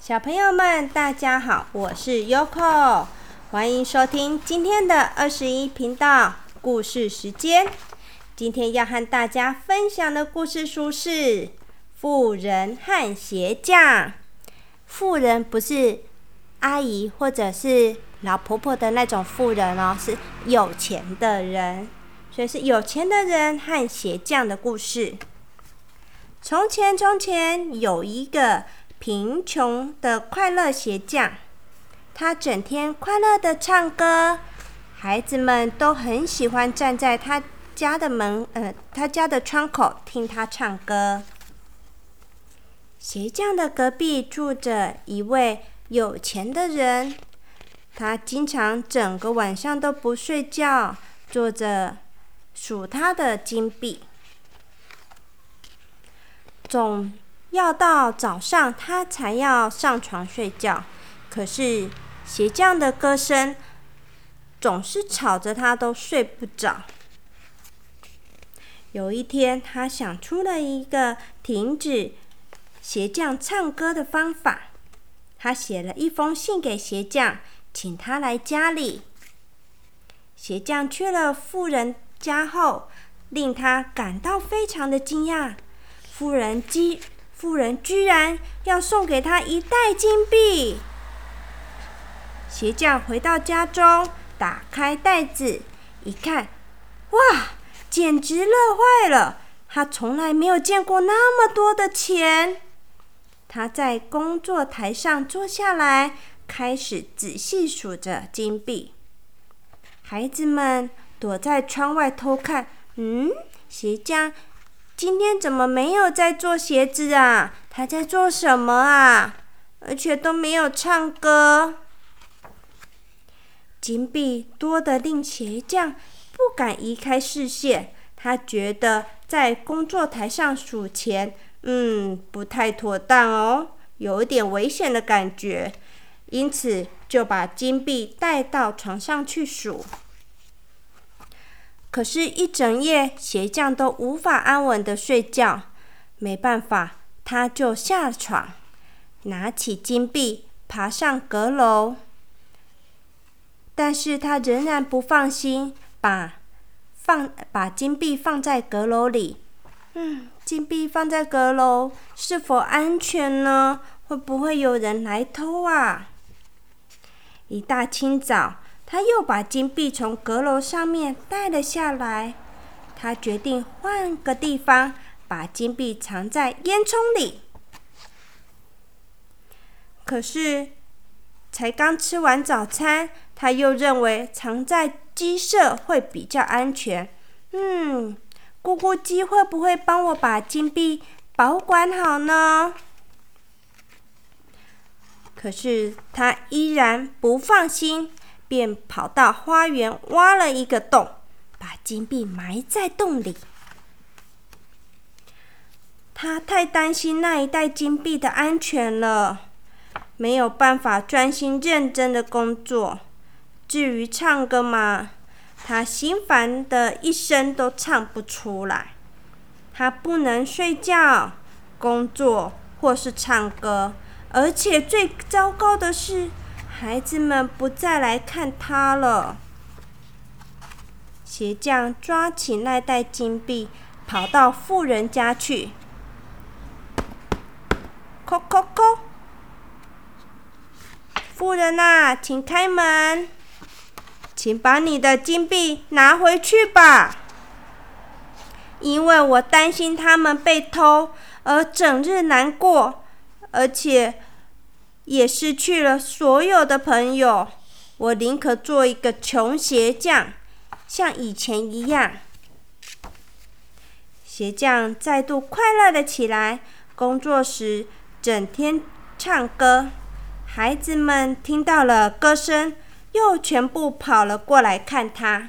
小朋友们，大家好，我是 Yoko， 欢迎收听今天的21频道故事时间。今天要和大家分享的故事书是《富人和鞋匠》。富人不是阿姨或者是老婆婆的那种富人哦，是有钱的人，所以是有钱的人和鞋匠的故事。从前有一个贫穷的快乐鞋匠，他整天快乐地唱歌，孩子们都很喜欢站在他家的窗口听他唱歌。鞋匠的隔壁住着一位有钱的人，他经常整个晚上都不睡觉，坐着数他的金币。总要到早上他才要上床睡觉，可是鞋匠的歌声总是吵着他都睡不着。有一天，他想出了一个停止鞋匠唱歌的方法。他写了一封信给鞋匠，请他来家里。鞋匠去了富人家后，令他感到非常的惊讶。富人居然要送给他1袋金币。鞋匠回到家中，打开袋子一看，哇，简直乐坏了！他从来没有见过那么多的钱。他在工作台上坐下来，开始仔细数着金币。孩子们躲在窗外偷看，鞋匠今天怎么没有在做鞋子啊？他在做什么啊？而且都没有唱歌。金币多得令鞋匠不敢移开视线，他觉得在工作台上数钱，不太妥当哦，有点危险的感觉，因此就把金币带到床上去数。可是，一整夜，鞋匠都无法安稳地睡觉。没办法，他就下床，拿起金币，爬上阁楼。但是他仍然不放心，把金币放在阁楼里。金币放在阁楼是否安全呢？会不会有人来偷啊？一大清早，他又把金币从阁楼上面带了下来。他决定换个地方，把金币藏在烟囱里。可是，才刚吃完早餐，他又认为藏在鸡舍会比较安全。咕咕鸡会不会帮我把金币保管好呢？可是他依然不放心，便跑到花园挖了一个洞，把金币埋在洞里。他太担心那1袋金币的安全了，没有办法专心认真的工作。至于唱歌嘛，他心烦的一声都唱不出来。他不能睡觉、工作或是唱歌，而且最糟糕的是，孩子们不再来看他了。鞋匠抓起那袋金币，跑到富人家去。叩叩叩！富人啊，请开门，请把你的金币拿回去吧。因为我担心他们被偷而整日难过，而且也失去了所有的朋友。我宁可做一个穷鞋匠，像以前一样。鞋匠再度快乐了起来，工作时整天唱歌。孩子们听到了歌声，又全部跑了过来看他。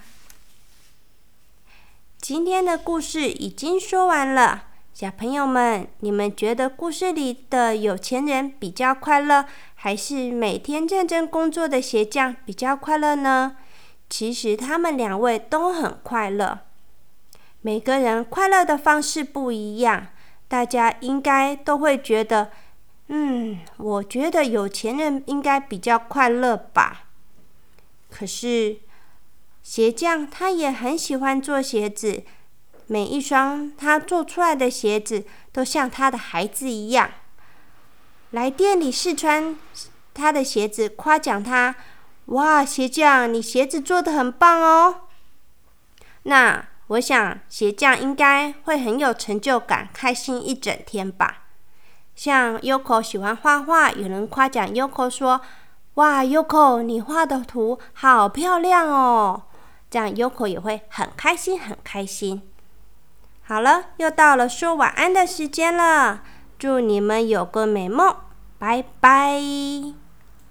今天的故事已经说完了，小朋友们，你们觉得故事里的有钱人比较快乐，还是每天认真工作的鞋匠比较快乐呢？其实他们2位都很快乐，每个人快乐的方式不一样，大家应该都会觉得我觉得有钱人应该比较快乐吧。可是鞋匠他也很喜欢做鞋子，每一双他做出来的鞋子都像他的孩子一样。来店里试穿他的鞋子，夸奖他：哇，鞋匠，你鞋子做得很棒哦。那我想鞋匠应该会很有成就感，开心一整天吧。像 Yoko 喜欢画画，有人夸奖 Yoko 说：哇 Yoko 你画的图好漂亮哦。这样 Yoko 也会很开心很开心。好了，又到了说晚安的时间了，祝你们有个美梦，拜拜。